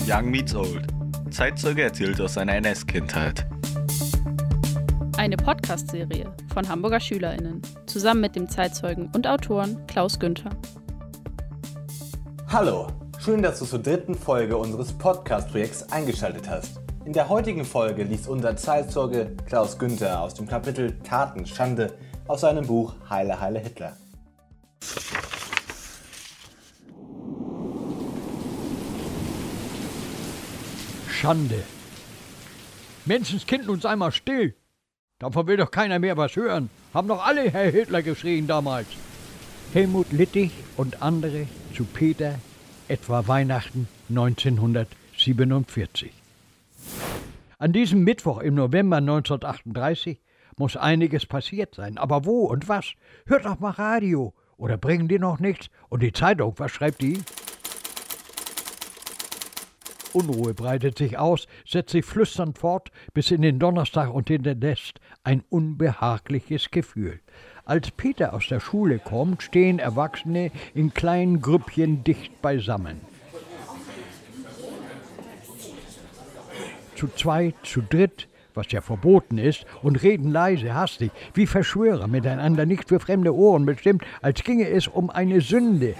Young Meets Old. Zeitzeuge erzählt aus seiner NS-Kindheit. Eine Podcast-Serie von Hamburger SchülerInnen, zusammen mit dem Zeitzeugen und Autoren Klaus Günther. Hallo, schön, dass du zur dritten Folge unseres Podcast-Projekts eingeschaltet hast. In der heutigen Folge liest unser Zeitzeuge Klaus Günther aus dem Kapitel Taten, Schande aus seinem Buch Heile, Heile Hitler. Schande. Menschenskind, uns einmal still. Davon will doch keiner mehr was hören. Haben doch alle Herr Hitler geschrien damals. Helmut Littich und andere zu Peter, etwa Weihnachten 1947. An diesem Mittwoch im November 1938 muss einiges passiert sein. Aber wo und was? Hört doch mal Radio. Oder bringen die noch nichts? Und die Zeitung, was schreibt die? Unruhe breitet sich aus, setzt sich flüsternd fort bis in den Donnerstag und hinterlässt ein unbehagliches Gefühl. Als Peter aus der Schule kommt, stehen Erwachsene in kleinen Grüppchen dicht beisammen. Zu zweit, zu dritt, was ja verboten ist, und reden leise, hastig, wie Verschwörer miteinander, nicht für fremde Ohren bestimmt, als ginge es um eine Sünde.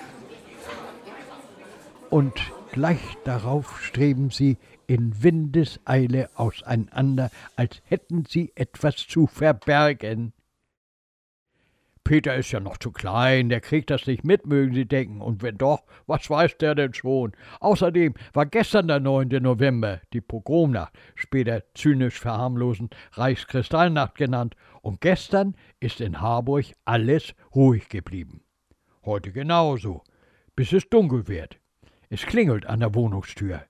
Und gleich darauf streben sie in Windeseile auseinander, als hätten sie etwas zu verbergen. Peter ist ja noch zu klein, der kriegt das nicht mit, mögen sie denken. Und wenn doch, was weiß der denn schon? Außerdem war gestern der 9. November, die Pogromnacht, später zynisch verharmlosend Reichskristallnacht genannt. Und gestern ist in Harburg alles ruhig geblieben. Heute genauso, bis es dunkel wird. Es klingelt an der Wohnungstür.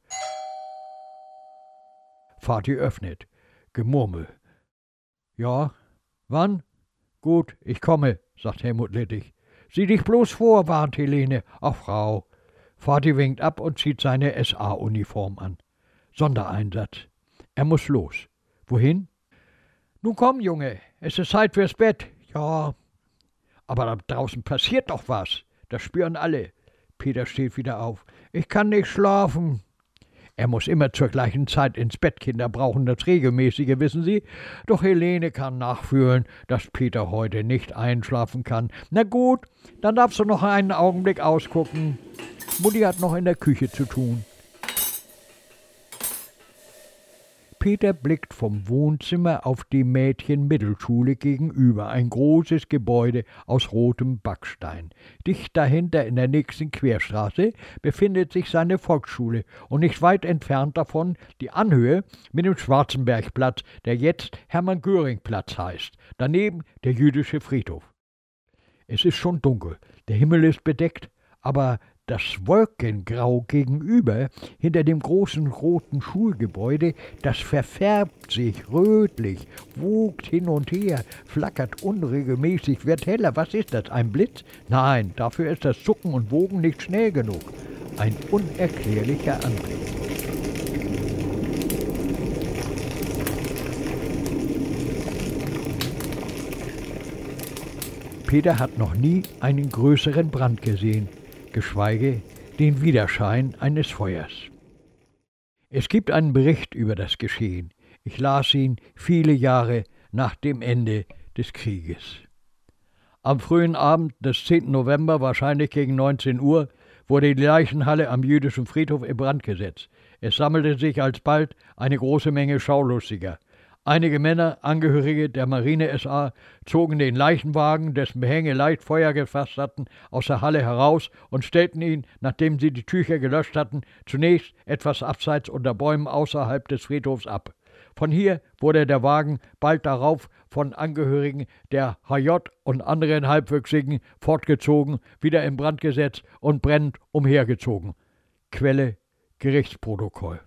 Vati öffnet. Gemurmel. Ja, wann? Gut, ich komme, sagt Helmut Littich. Sieh dich bloß vor, warnt Helene. Ach, Frau. Vati winkt ab und zieht seine SA-Uniform an. Sondereinsatz. Er muss los. Wohin? Nun komm, Junge, es ist Zeit fürs Bett. Ja. Aber da draußen passiert doch was. Das spüren alle. Peter steht wieder auf. Ich kann nicht schlafen. Er muss immer zur gleichen Zeit ins Bett. Kinder brauchen das Regelmäßige, wissen Sie. Doch Helene kann nachfühlen, dass Peter heute nicht einschlafen kann. Na gut, dann darfst du noch einen Augenblick ausgucken. Mutti hat noch in der Küche zu tun. Peter blickt vom Wohnzimmer auf die Mädchenmittelschule gegenüber, ein großes Gebäude aus rotem Backstein. Dicht dahinter in der nächsten Querstraße befindet sich seine Volksschule und nicht weit entfernt davon die Anhöhe mit dem Schwarzenbergplatz, der jetzt Hermann-Göring-Platz heißt, daneben der jüdische Friedhof. Es ist schon dunkel, der Himmel ist bedeckt, aber das Wolkengrau gegenüber, hinter dem großen roten Schulgebäude, das verfärbt sich rötlich, wogt hin und her, flackert unregelmäßig, wird heller. Was ist das, ein Blitz? Nein, dafür ist das Zucken und Wogen nicht schnell genug. Ein unerklärlicher Anblick. Peter hat noch nie einen größeren Brand gesehen, geschweige den Widerschein eines Feuers. Es gibt einen Bericht über das Geschehen. Ich las ihn viele Jahre nach dem Ende des Krieges. Am frühen Abend des 10. November, wahrscheinlich gegen 19 Uhr, wurde die Leichenhalle am jüdischen Friedhof in Brand gesetzt. Es sammelte sich alsbald eine große Menge Schaulustiger. Einige Männer, Angehörige der Marine-SA, zogen den Leichenwagen, dessen Behänge leicht Feuer gefasst hatten, aus der Halle heraus und stellten ihn, nachdem sie die Tücher gelöscht hatten, zunächst etwas abseits unter Bäumen außerhalb des Friedhofs ab. Von hier wurde der Wagen bald darauf von Angehörigen der HJ und anderen Halbwüchsigen fortgezogen, wieder in Brand gesetzt und brennend umhergezogen. Quelle Gerichtsprotokoll.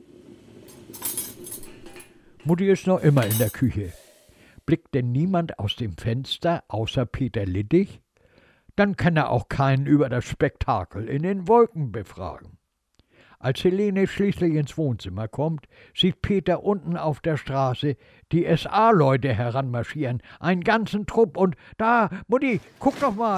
Mutti ist noch immer in der Küche. Blickt denn niemand aus dem Fenster außer Peter Littich? Dann kann er auch keinen über das Spektakel in den Wolken befragen. Als Helene schließlich ins Wohnzimmer kommt, sieht Peter unten auf der Straße die SA-Leute heranmarschieren, einen ganzen Trupp, und da, Mutti, guck doch mal!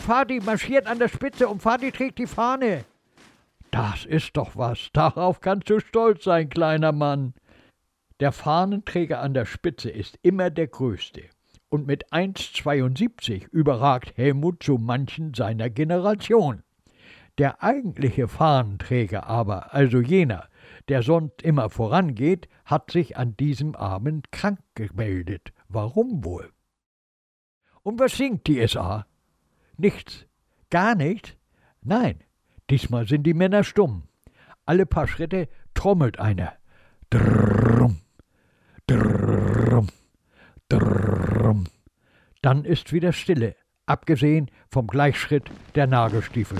Vati marschiert an der Spitze und Vati trägt die Fahne. Das ist doch was, darauf kannst du stolz sein, kleiner Mann. Der Fahnenträger an der Spitze ist immer der Größte. Und mit 1,72 überragt Helmut so manchen seiner Generation. Der eigentliche Fahnenträger aber, also jener, der sonst immer vorangeht, hat sich an diesem Abend krank gemeldet. Warum wohl? Und was singt die SA? Nichts. Gar nichts? Nein, diesmal sind die Männer stumm. Alle paar Schritte trommelt einer. Drrrrum, drrrrum, drrrrum. Dann ist wieder Stille, abgesehen vom Gleichschritt der Nagelstiefel.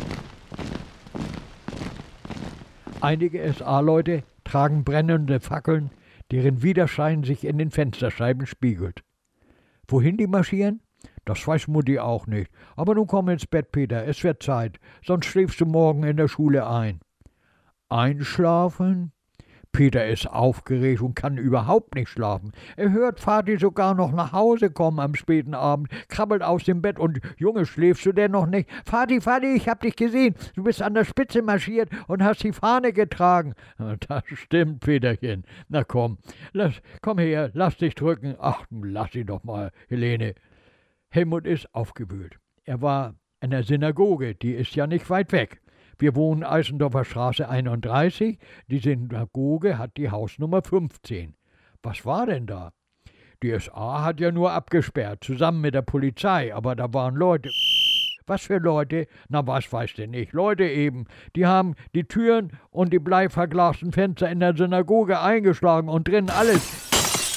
Einige SA-Leute tragen brennende Fackeln, deren Widerschein sich in den Fensterscheiben spiegelt. Wohin die marschieren? Das weiß Mutti auch nicht. Aber nun komm ins Bett, Peter, es wird Zeit, sonst schläfst du morgen in der Schule ein. Einschlafen? Peter ist aufgeregt und kann überhaupt nicht schlafen. Er hört Vati sogar noch nach Hause kommen am späten Abend, krabbelt aus dem Bett und »Junge, schläfst du denn noch nicht? Vati, ich hab dich gesehen. Du bist an der Spitze marschiert und hast die Fahne getragen.« »Das stimmt, Peterchen. Na komm her, lass dich drücken.« »Ach, lass ihn doch mal, Helene.« Helmut ist aufgewühlt. Er war an der Synagoge, die ist ja nicht weit weg. Wir wohnen Eisendorfer Straße 31, die Synagoge hat die Hausnummer 15. Was war denn da? Die SA hat ja nur abgesperrt, zusammen mit der Polizei, aber da waren Leute. Was für Leute? Na, was weiß denn ich? Leute eben. Die haben die Türen und die bleiverglasten Fenster in der Synagoge eingeschlagen und drinnen alles.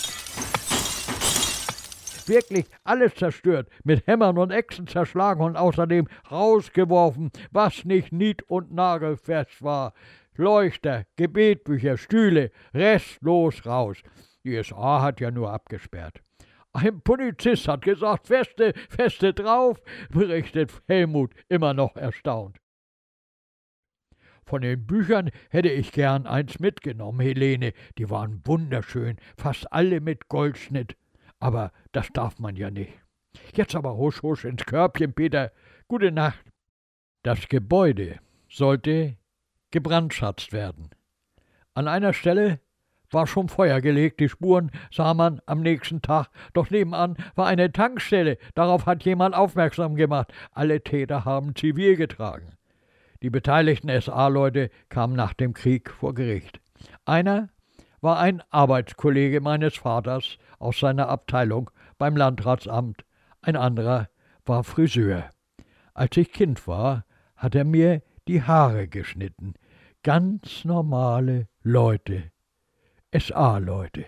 Wirklich alles zerstört, mit Hämmern und Äxten zerschlagen und außerdem rausgeworfen, was nicht nied- und nagelfest war. Leuchter, Gebetbücher, Stühle, restlos raus. Die SA hat ja nur abgesperrt. Ein Polizist hat gesagt, Feste drauf, berichtet Helmut, immer noch erstaunt. Von den Büchern hätte ich gern eins mitgenommen, Helene. Die waren wunderschön, fast alle mit Goldschnitt. Aber das darf man ja nicht. Jetzt aber husch ins Körbchen, Peter. Gute Nacht. Das Gebäude sollte gebrandschatzt werden. An einer Stelle war schon Feuer gelegt, die Spuren sah man am nächsten Tag. Doch nebenan war eine Tankstelle, darauf hat jemand aufmerksam gemacht. Alle Täter haben Zivil getragen. Die beteiligten SA-Leute kamen nach dem Krieg vor Gericht. Einer war ein Arbeitskollege meines Vaters aus seiner Abteilung beim Landratsamt. Ein anderer war Friseur. Als ich Kind war, hat er mir die Haare geschnitten. Ganz normale Leute. SA-Leute.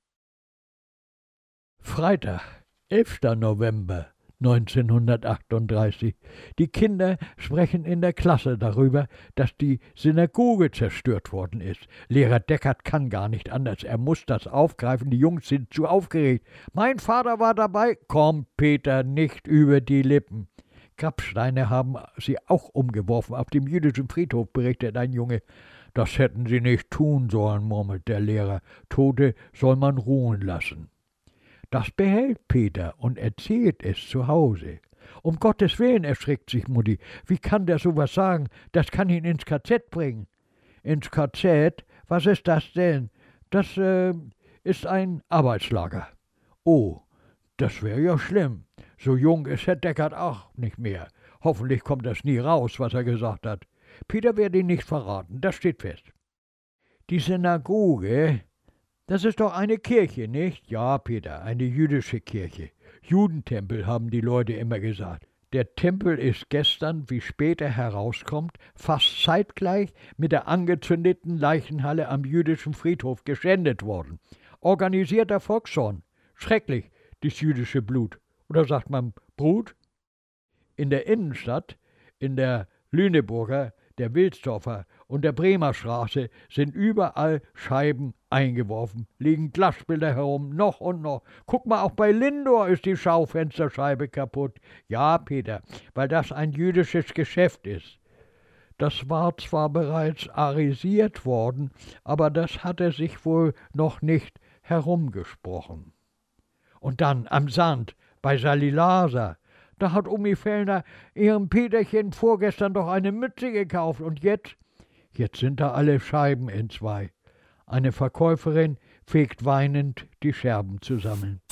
Freitag, 11. November 1938. Die Kinder sprechen in der Klasse darüber, dass die Synagoge zerstört worden ist. Lehrer Deckert kann gar nicht anders. Er muss das aufgreifen. Die Jungs sind zu aufgeregt. Mein Vater war dabei. Komm, Peter, nicht über die Lippen. Grabsteine haben sie auch umgeworfen. Auf dem jüdischen Friedhof, berichtet ein Junge. Das hätten sie nicht tun sollen, murmelt der Lehrer. Tote soll man ruhen lassen. Das behält Peter und erzählt es zu Hause. Um Gottes Willen, erschrickt sich Mutti. Wie kann der sowas sagen? Das kann ihn ins KZ bringen. Ins KZ? Was ist das denn? Das ist ein Arbeitslager. Oh, das wäre ja schlimm. So jung ist Herr Deckert auch nicht mehr. Hoffentlich kommt das nie raus, was er gesagt hat. Peter wird ihn nicht verraten, das steht fest. Die Synagoge, das ist doch eine Kirche, nicht? Ja, Peter, eine jüdische Kirche. Judentempel, haben die Leute immer gesagt. Der Tempel ist gestern, wie später herauskommt, fast zeitgleich mit der angezündeten Leichenhalle am jüdischen Friedhof geschändet worden. Organisierter Volkszorn. Schrecklich, das jüdische Blut. Oder sagt man Brut? In der Innenstadt, in der Lüneburger, der Wilsdorfer und der Bremer Straße sind überall Scheiben eingeworfen, liegen Glasbilder herum, noch und noch. Guck mal, auch bei Lindor ist die Schaufensterscheibe kaputt. Ja, Peter, weil das ein jüdisches Geschäft ist. Das war zwar bereits arisiert worden, aber das hatte sich wohl noch nicht herumgesprochen. Und dann am Sand, bei Salilasa, da hat Omi Fellner ihrem Peterchen vorgestern doch eine Mütze gekauft. Und jetzt sind da alle Scheiben entzwei. Eine Verkäuferin fegt weinend die Scherben zusammen.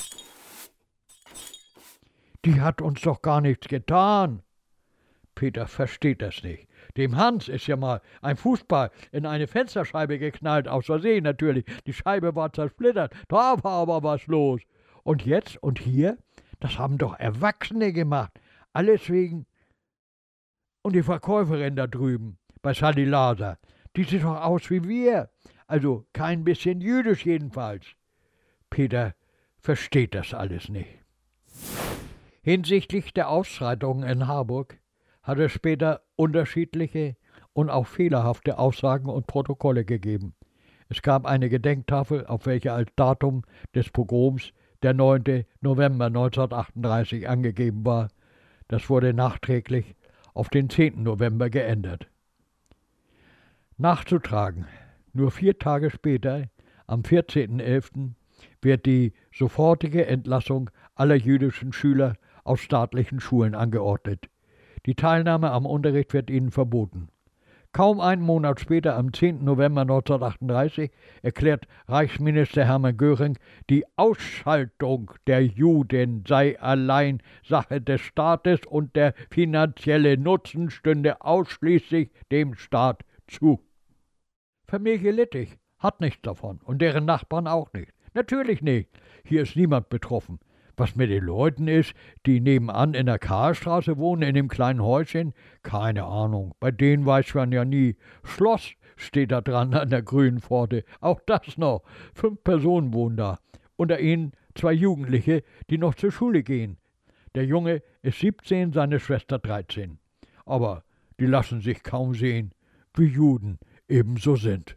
Die hat uns doch gar nichts getan. Peter versteht das nicht. Dem Hans ist ja mal ein Fußball in eine Fensterscheibe geknallt, aus Versehen natürlich. Die Scheibe war zersplittert, da war aber was los. Und jetzt und hier, das haben doch Erwachsene gemacht. Alles wegen. Und die Verkäuferin da drüben, bei Sally Laser, die sieht doch aus wie wir. Also kein bisschen jüdisch jedenfalls. Peter versteht das alles nicht. Hinsichtlich der Ausschreitungen in Harburg hat es später unterschiedliche und auch fehlerhafte Aussagen und Protokolle gegeben. Es gab eine Gedenktafel, auf welcher als Datum des Pogroms der 9. November 1938 angegeben war. Das wurde nachträglich auf den 10. November geändert. Nachzutragen, nur 4 Tage später, am 14.11., wird die sofortige Entlassung aller jüdischen Schüler aus staatlichen Schulen angeordnet. Die Teilnahme am Unterricht wird ihnen verboten. Kaum einen Monat später, am 10. November 1938, erklärt Reichsminister Hermann Göring, die Ausschaltung der Juden sei allein Sache des Staates und der finanzielle Nutzen stünde ausschließlich dem Staat zu. Familie Littich hat nichts davon und deren Nachbarn auch nicht. Natürlich nicht. Hier ist niemand betroffen. Was mit den Leuten ist, die nebenan in der Karlstraße wohnen, in dem kleinen Häuschen, keine Ahnung. Bei denen weiß man ja nie. Schloss steht da dran an der grünen Pforte. Auch das noch. 5 Personen wohnen da. Unter ihnen 2 Jugendliche, die noch zur Schule gehen. Der Junge ist 17, seine Schwester 13. Aber die lassen sich kaum sehen, wie Juden ebenso sind.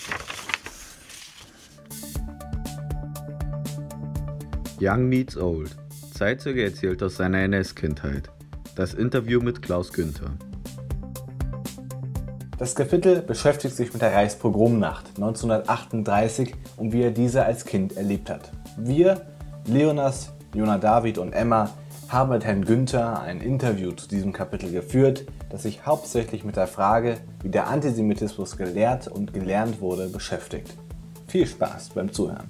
Young meets old. Zeitzeuge erzählt aus seiner NS-Kindheit. Das Interview mit Klaus Günther. Das Kapitel beschäftigt sich mit der Reichspogromnacht 1938 und wie er diese als Kind erlebt hat. Wir, Leonas, Jona David und Emma, haben mit Herrn Günther ein Interview zu diesem Kapitel geführt, das sich hauptsächlich mit der Frage, wie der Antisemitismus gelehrt und gelernt wurde, beschäftigt. Viel Spaß beim Zuhören.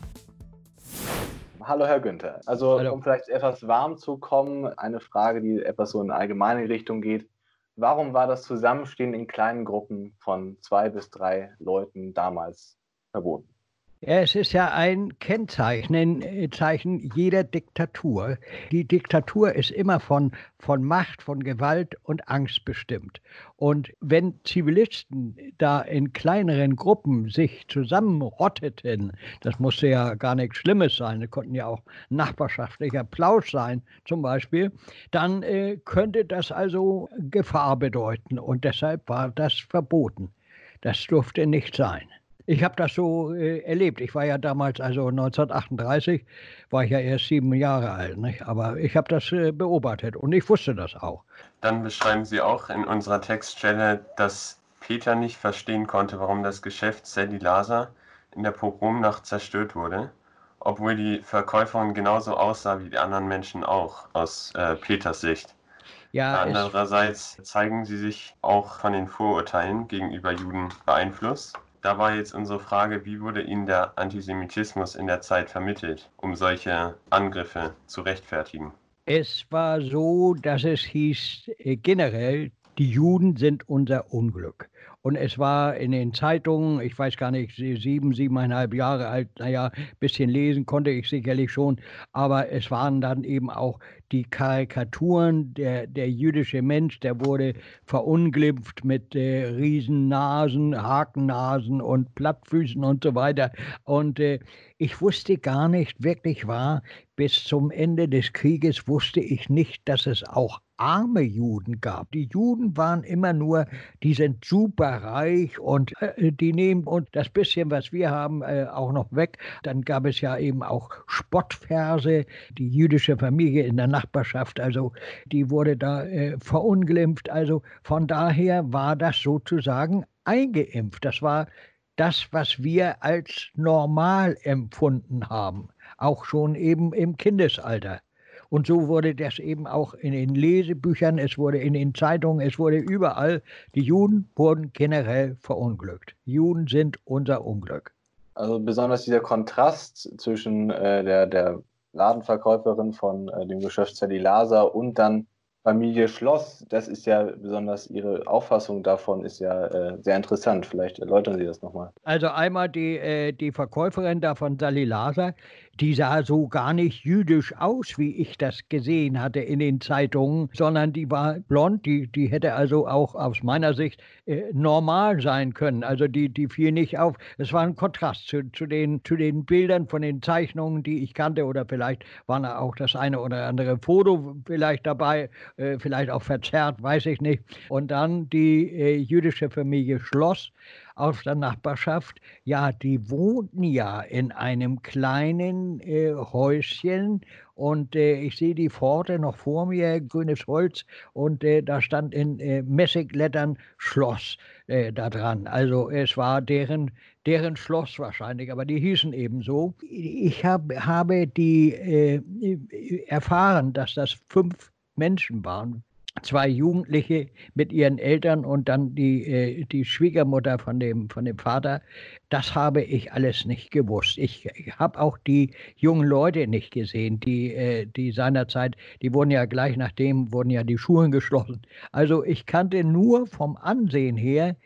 Hallo Herr Günther. Also Hallo. Um vielleicht etwas warm zu kommen, eine Frage, die etwas so in allgemeine Richtung geht. Warum war das Zusammenstehen in kleinen Gruppen von 2 bis 3 Leuten damals verboten? Ja, es ist ja ein Zeichen jeder Diktatur. Die Diktatur ist immer von Macht, von Gewalt und Angst bestimmt. Und wenn Zivilisten da in kleineren Gruppen sich zusammenrotteten, das musste ja gar nichts Schlimmes sein, das konnten ja auch nachbarschaftlicher Plausch sein zum Beispiel, dann könnte das also Gefahr bedeuten und deshalb war das verboten. Das durfte nicht sein. Ich habe das so erlebt. Ich war ja damals, also 1938, war ich ja erst 7 Jahre alt, nicht? Aber ich habe das beobachtet und ich wusste das auch. Dann beschreiben Sie auch in unserer Textstelle, dass Peter nicht verstehen konnte, warum das Geschäft Sally Laser in der Pogromnacht zerstört wurde, obwohl die Verkäuferin genauso aussah wie die anderen Menschen auch, aus Peters Sicht. Ja, Andererseits zeigen sie sich auch von den Vorurteilen gegenüber Juden beeinflusst. Da war jetzt unsere Frage, wie wurde Ihnen der Antisemitismus in der Zeit vermittelt, um solche Angriffe zu rechtfertigen? Es war so, dass es hieß generell, die Juden sind unser Unglück. Und es war in den Zeitungen, ich weiß gar nicht, 7,5 Jahre alt, naja, ein bisschen lesen konnte ich sicherlich schon, aber es waren dann eben auch die Karikaturen, der jüdische Mensch, der wurde verunglimpft mit Riesennasen, Hakennasen und Plattfüßen und so weiter. Und ich wusste gar nicht, wirklich wahr, bis zum Ende des Krieges wusste ich nicht, dass es auch arme Juden gab. Die Juden waren immer nur, die sind super reich und die nehmen und das bisschen, was wir haben, auch noch weg. Dann gab es ja eben auch Spottverse, die jüdische Familie in der Nachbarschaft, also die wurde da verunglimpft. Also von daher war das sozusagen eingeimpft. Das war das, was wir als normal empfunden haben, auch schon eben im Kindesalter. Und so wurde das eben auch in den Lesebüchern, es wurde in den Zeitungen, es wurde überall. Die Juden wurden generell verunglückt. Juden sind unser Unglück. Also besonders dieser Kontrast zwischen der Ladenverkäuferin von dem Geschäft Sally Laser und dann Familie Schloss, das ist ja besonders, Ihre Auffassung davon ist ja sehr interessant. Vielleicht erläutern Sie das nochmal. Also einmal die Verkäuferin da von Sally Laser, die sah so gar nicht jüdisch aus, wie ich das gesehen hatte in den Zeitungen, sondern die war blond, die hätte also auch aus meiner Sicht normal sein können. Also die fiel nicht auf. Es war ein Kontrast zu den Bildern von den Zeichnungen, die ich kannte, oder vielleicht war da auch das eine oder andere Foto vielleicht dabei, vielleicht auch verzerrt, weiß ich nicht. Und dann die jüdische Familie Schloss aus der Nachbarschaft, ja, die wohnten ja in einem kleinen Häuschen, und ich sehe die Pforte noch vor mir, grünes Holz, und da stand in Messinglettern Schloss da dran. Also es war deren Schloss wahrscheinlich, aber die hießen eben so. Ich habe erfahren, dass das 5 Menschen waren. 2 Jugendliche mit ihren Eltern und dann die Schwiegermutter von dem Vater. Das habe ich alles nicht gewusst. Ich habe auch die jungen Leute nicht gesehen, die seinerzeit, die wurden ja gleich nachdem, wurden ja die Schulen geschlossen. Also ich kannte nur vom Ansehen her,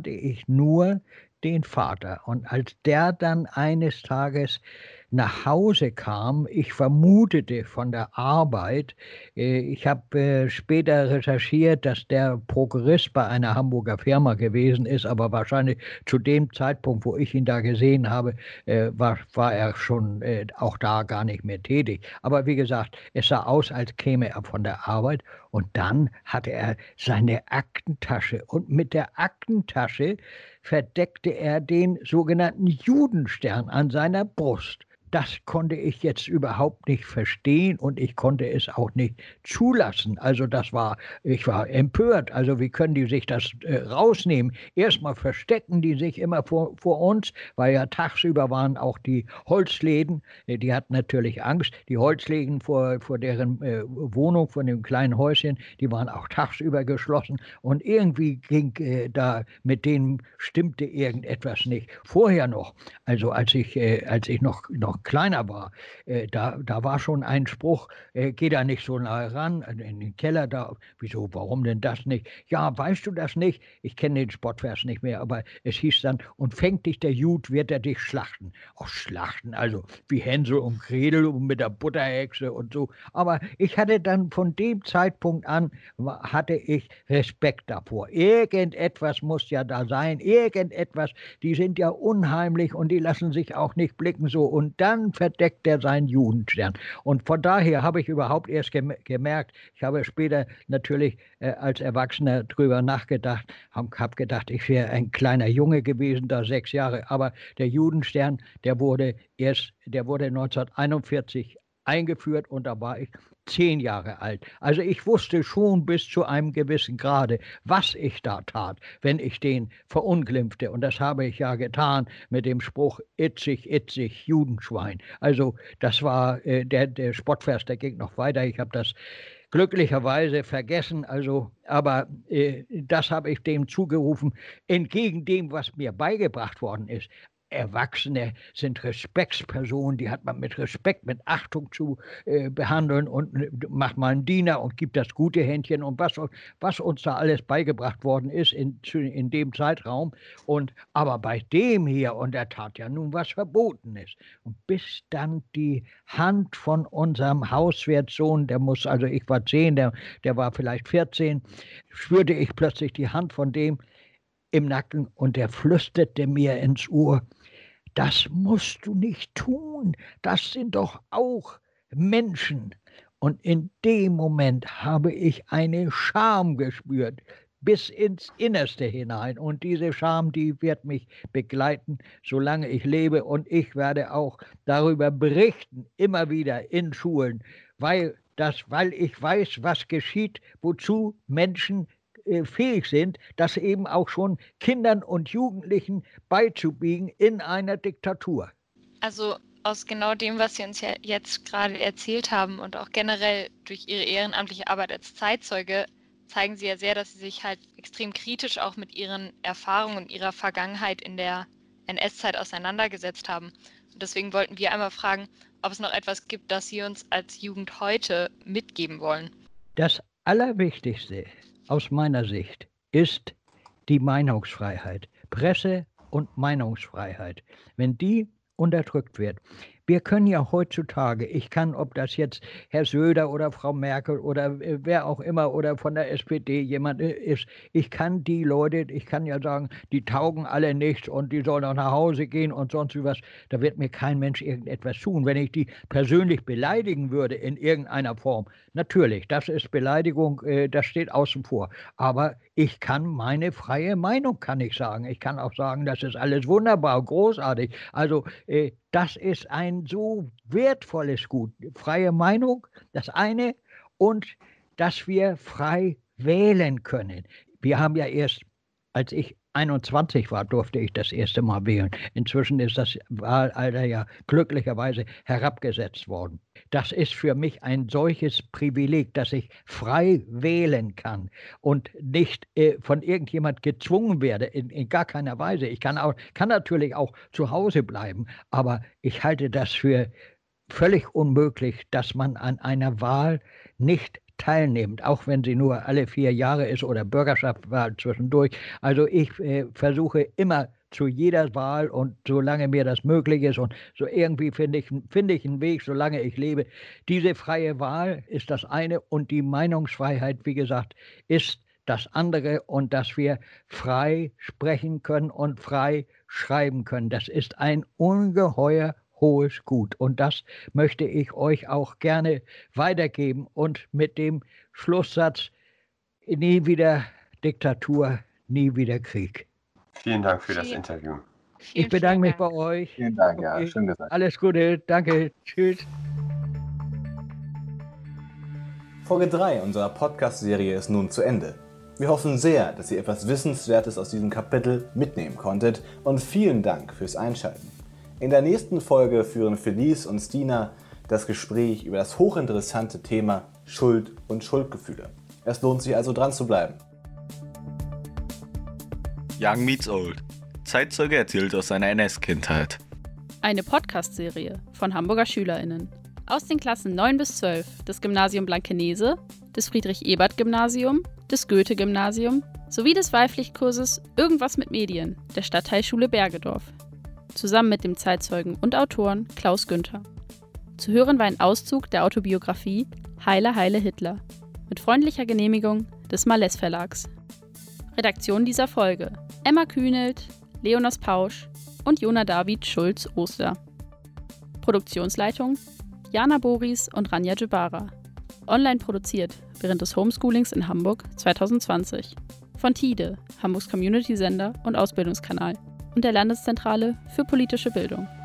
nur den Vater. Und als der dann eines Tages nach Hause kam, ich vermutete von der Arbeit, ich habe später recherchiert, dass der Prokurist bei einer Hamburger Firma gewesen ist, aber wahrscheinlich zu dem Zeitpunkt, wo ich ihn da gesehen habe, war er schon auch da gar nicht mehr tätig. Aber wie gesagt, es sah aus, als käme er von der Arbeit, und dann hatte er seine Aktentasche, und mit der Aktentasche verdeckte er den sogenannten Judenstern an seiner Brust. Das konnte ich jetzt überhaupt nicht verstehen, und ich konnte es auch nicht zulassen. Also ich war empört. Also wie können die sich das rausnehmen? Erstmal verstecken die sich immer vor uns, weil ja tagsüber waren auch die Holzläden, die hatten natürlich Angst. Die Holzläden vor deren Wohnung, von dem kleinen Häuschen, die waren auch tagsüber geschlossen, und irgendwie ging mit denen stimmte irgendetwas nicht. Vorher noch, also als ich noch kleiner war, da war schon ein Spruch, geh da nicht so nahe ran, in den Keller da. Wieso, warum denn das nicht? Ja, weißt du das nicht? Ich kenne den Spottvers nicht mehr, aber es hieß dann, und fängt dich der Jud, wird er dich schlachten. Auch schlachten, also wie Hänsel und Gretel und mit der Butterhexe und so. Aber ich hatte dann von dem Zeitpunkt an, hatte ich Respekt davor. Irgendetwas muss ja da sein, irgendetwas, die sind ja unheimlich und die lassen sich auch nicht blicken so, und dann verdeckt er seinen Judenstern. Und von daher habe ich überhaupt erst gemerkt, ich habe später natürlich als Erwachsener drüber nachgedacht, habe gedacht, ich wäre ein kleiner Junge gewesen, da 6 Jahre, aber der Judenstern, der wurde 1941 eingeführt, und da war ich 10 Jahre alt. Also ich wusste schon bis zu einem gewissen Grade, was ich da tat, wenn ich den verunglimpfte. Und das habe ich ja getan mit dem Spruch, itzig, itzig, Judenschwein. Also das war der Spottvers, der ging noch weiter. Ich habe das glücklicherweise vergessen, aber das habe ich dem zugerufen, entgegen dem, was mir beigebracht worden ist. Erwachsene sind Respektspersonen, die hat man mit Respekt, mit Achtung zu behandeln, und macht mal einen Diener und gibt das gute Händchen, und was uns da alles beigebracht worden ist in dem Zeitraum. Aber bei dem hier, und er tat ja nun was Verbotenes. Und bis dann die Hand von unserem Hauswirtssohn, ich war 10, der war vielleicht 14, spürte ich plötzlich die Hand von dem im Nacken, und der flüsterte mir ins Ohr, das musst du nicht tun, das sind doch auch Menschen. Und in dem Moment habe ich eine Scham gespürt, bis ins Innerste hinein. Und diese Scham, die wird mich begleiten, solange ich lebe. Und ich werde auch darüber berichten, immer wieder in Schulen, weil ich weiß, was geschieht, wozu Menschen fähig sind, das eben auch schon Kindern und Jugendlichen beizubiegen in einer Diktatur. Also aus genau dem, was Sie uns ja jetzt gerade erzählt haben und auch generell durch Ihre ehrenamtliche Arbeit als Zeitzeuge, zeigen Sie ja sehr, dass Sie sich halt extrem kritisch auch mit Ihren Erfahrungen und Ihrer Vergangenheit in der NS-Zeit auseinandergesetzt haben. Und deswegen wollten wir einmal fragen, ob es noch etwas gibt, das Sie uns als Jugend heute mitgeben wollen. Das Allerwichtigste aus meiner Sicht ist die Meinungsfreiheit, Presse- und Meinungsfreiheit. Wenn die unterdrückt wird. Wir können ja heutzutage, ich kann, ob das jetzt Herr Söder oder Frau Merkel oder wer auch immer oder von der SPD jemand ist, ich kann die Leute, ich kann ja sagen, die taugen alle nichts und die sollen auch nach Hause gehen und sonst was. Da wird mir kein Mensch irgendetwas tun. Wenn ich die persönlich beleidigen würde in irgendeiner Form, natürlich, das ist Beleidigung, das steht außen vor. Aber ich kann meine freie Meinung, kann ich sagen. Ich kann auch sagen, das ist alles wunderbar, großartig. Also das ist ein so wertvolles Gut. Freie Meinung, das eine, und dass wir frei wählen können. Wir haben ja erst, als ich 21 war, durfte ich das erste Mal wählen. Inzwischen ist das Wahlalter ja glücklicherweise herabgesetzt worden. Das ist für mich ein solches Privileg, dass ich frei wählen kann und nicht von irgendjemand gezwungen werde, in gar keiner Weise. Ich kann natürlich auch zu Hause bleiben, aber ich halte das für völlig unmöglich, dass man an einer Wahl nicht teilnimmt, auch wenn sie nur alle 4 Jahre ist oder Bürgerschaftswahl zwischendurch. Also ich versuche immer zu jeder Wahl und solange mir das möglich ist und so irgendwie finde ich einen Weg, solange ich lebe. Diese freie Wahl ist das eine und die Meinungsfreiheit, wie gesagt, ist das andere, und dass wir frei sprechen können und frei schreiben können. Das ist ein ungeheuer hohes Gut. Und das möchte ich euch auch gerne weitergeben und mit dem Schlusssatz: nie wieder Diktatur, nie wieder Krieg. Vielen Dank für das Interview. Ich bedanke mich bei euch. Vielen Dank, ja, schön gesagt. Alles Gute, danke, tschüss. Folge 3 unserer Podcast-Serie ist nun zu Ende. Wir hoffen sehr, dass ihr etwas Wissenswertes aus diesem Kapitel mitnehmen konntet, und vielen Dank fürs Einschalten. In der nächsten Folge führen Felice und Stina das Gespräch über das hochinteressante Thema Schuld und Schuldgefühle. Es lohnt sich also, dran zu bleiben. Young Meets Old. Zeitzeuge erzählt aus seiner NS-Kindheit. Eine Podcast-Serie von Hamburger SchülerInnen. Aus den Klassen 9 bis 12 des Gymnasium Blankenese, des Friedrich-Ebert-Gymnasium, des Goethe-Gymnasium sowie des Wahlpflichtkurses Irgendwas mit Medien der Stadtteilschule Bergedorf. Zusammen mit dem Zeitzeugen und Autoren Klaus Günther. Zu hören war ein Auszug der Autobiografie Heile, Heile Hitler mit freundlicher Genehmigung des Maless Verlags. Redaktion dieser Folge: Emma Kühnelt, Leonas Pausch und Jona David Schulz-Oster. Produktionsleitung: Jana Boris und Rania Djebara. Online produziert während des Homeschoolings in Hamburg 2020 von TIDE, Hamburgs Community-Sender und Ausbildungskanal, und der Landeszentrale für politische Bildung.